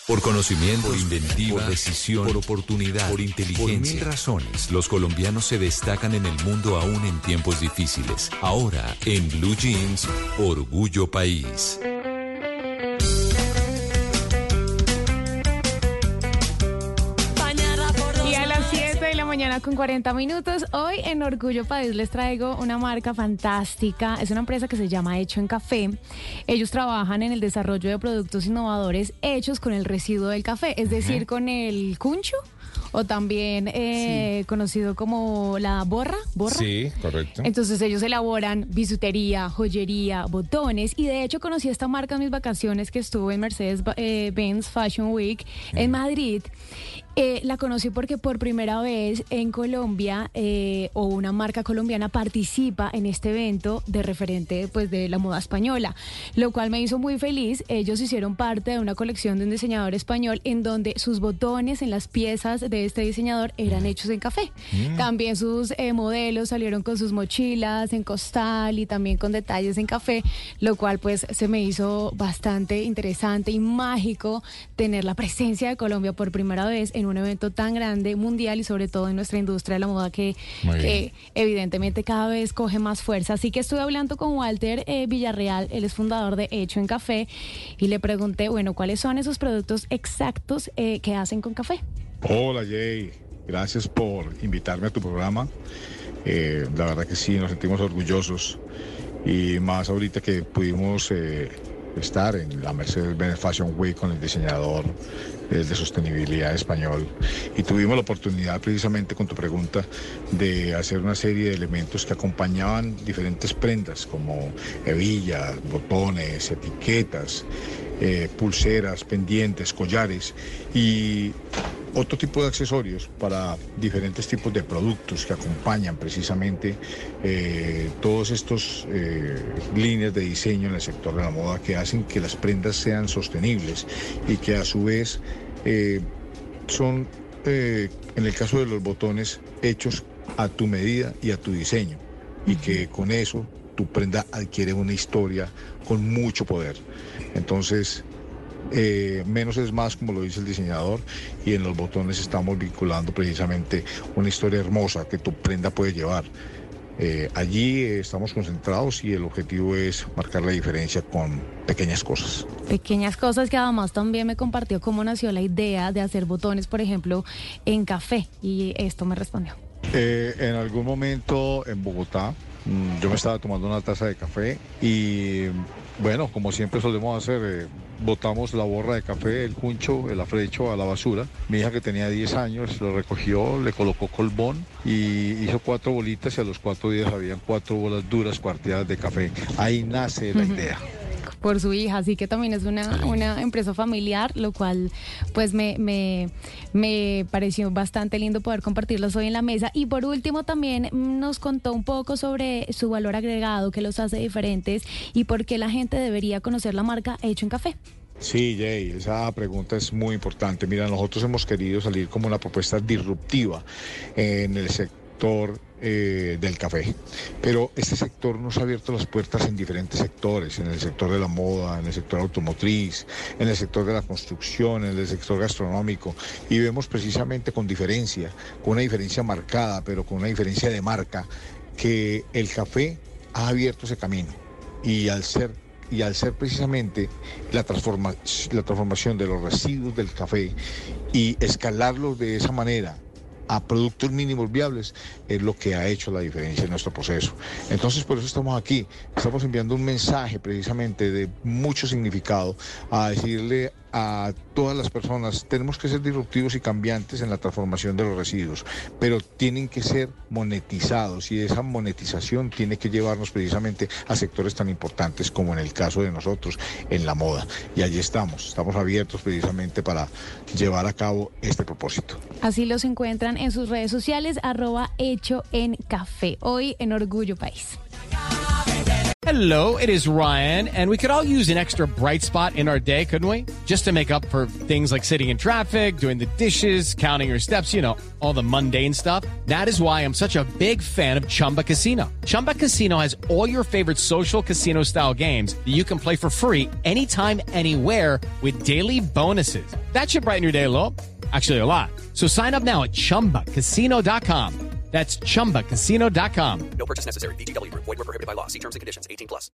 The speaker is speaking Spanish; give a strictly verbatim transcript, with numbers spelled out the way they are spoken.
Por conocimiento, por inventiva, por decisión, por oportunidad, por inteligencia. Por mil razones, los colombianos se destacan en el mundo aún en tiempos difíciles. Ahora, en Blue Jeans, Orgullo País. Mañana con cuarenta minutos. Hoy en Orgullo País les traigo una marca fantástica. Es una empresa que se llama Hecho en Café. Ellos trabajan en el desarrollo de productos innovadores hechos con el residuo del café, es decir, uh-huh. con el cuncho. O también eh, sí. conocido como la borra, borra. Sí, correcto. Entonces ellos elaboran bisutería, joyería, botones. Y de hecho conocí esta marca en mis vacaciones que estuve en Mercedes-Benz eh, Fashion Week mm. en Madrid. Eh, la conocí porque por primera vez en Colombia eh, o una marca colombiana participa en este evento de referente pues de la moda española, lo cual me hizo muy feliz. Ellos hicieron parte de una colección de un diseñador español en donde sus botones en las piezas de este diseñador eran hechos en café. Mm. También sus eh, modelos salieron con sus mochilas en costal y también con detalles en café, lo cual pues se me hizo bastante interesante y mágico tener la presencia de Colombia por primera vez en un evento tan grande, mundial y sobre todo en nuestra industria de la moda que, que evidentemente cada vez coge más fuerza. Así que estuve hablando con Walter eh, Villarreal, él es fundador de Hecho en Café, y le pregunté, bueno, ¿cuáles son esos productos exactos eh, que hacen con café? Hola Jay, gracias por invitarme a tu programa. Eh, la verdad que sí, nos sentimos orgullosos y más ahorita que pudimos eh, estar en la Mercedes-Benz Fashion Week con el diseñador eh, de sostenibilidad español, y tuvimos la oportunidad precisamente con tu pregunta de hacer una serie de elementos que acompañaban diferentes prendas como hebillas, botones, etiquetas, eh, pulseras, pendientes, collares y otro tipo de accesorios para diferentes tipos de productos que acompañan precisamente eh, todos estos eh, líneas de diseño en el sector de la moda que hacen que las prendas sean sostenibles y que a su vez eh, son, eh, en el caso de los botones, hechos a tu medida y a tu diseño, y que con eso tu prenda adquiere una historia con mucho poder. Entonces, Eh, menos es más, como lo dice el diseñador, y en los botones estamos vinculando precisamente una historia hermosa que tu prenda puede llevar. Eh, allí eh, estamos concentrados y el objetivo es marcar la diferencia con pequeñas cosas. Pequeñas cosas que además también me compartió cómo nació la idea de hacer botones, por ejemplo, en café, y esto me respondió. Eh, en algún momento en Bogotá, mmm, yo me estaba tomando una taza de café y, bueno, como siempre solemos hacer, eh, botamos la borra de café, el cuncho, el afrecho a la basura. Mi hija, que tenía diez años, lo recogió, le colocó colbón y hizo cuatro bolitas, y a los cuatro días habían cuatro bolas duras cuarteadas de café. Ahí nace la uh-huh. idea. Por su hija, así que también es una, una empresa familiar, lo cual pues me, me, me pareció bastante lindo poder compartirlos hoy en la mesa. Y por último también nos contó un poco sobre su valor agregado, que los hace diferentes y por qué la gente debería conocer la marca Hecho en Café. Sí, Jay, esa pregunta es muy importante. Mira, nosotros hemos querido salir como una propuesta disruptiva en el sector Eh, del café, pero este sector nos ha abierto las puertas en diferentes sectores, en el sector de la moda, en el sector automotriz, en el sector de la construcción, en el sector gastronómico, y vemos precisamente con diferencia, con una diferencia marcada, pero con una diferencia de marca, que el café ha abierto ese camino, y al ser y al ser precisamente la, transforma, la transformación de los residuos del café y escalarlos de esa manera a productos mínimos viables, es lo que ha hecho la diferencia en nuestro proceso. Entonces, por eso estamos aquí, estamos enviando un mensaje precisamente de mucho significado, a decirle a todas las personas, tenemos que ser disruptivos y cambiantes en la transformación de los residuos, pero tienen que ser monetizados, y esa monetización tiene que llevarnos precisamente a sectores tan importantes como en el caso de nosotros, en la moda. Y allí estamos, estamos abiertos precisamente para llevar a cabo este propósito. Así los encuentran en sus redes sociales, arroba Hecho en Café, hoy en Orgullo País. Hello, it is Ryan, and we could all use an extra bright spot in our day, couldn't we? Just to make up for things like sitting in traffic, doing the dishes, counting your steps, you know, all the mundane stuff. That is why I'm such a big fan of Chumba Casino. Chumba Casino has all your favorite social casino-style games that you can play for free anytime, anywhere with daily bonuses. That should brighten your day a little. Actually, a lot. So sign up now at chumba casino dot com. That's chumba casino dot com. No purchase necessary. V G W Group. Void where prohibited by law. See terms and conditions. eighteen plus.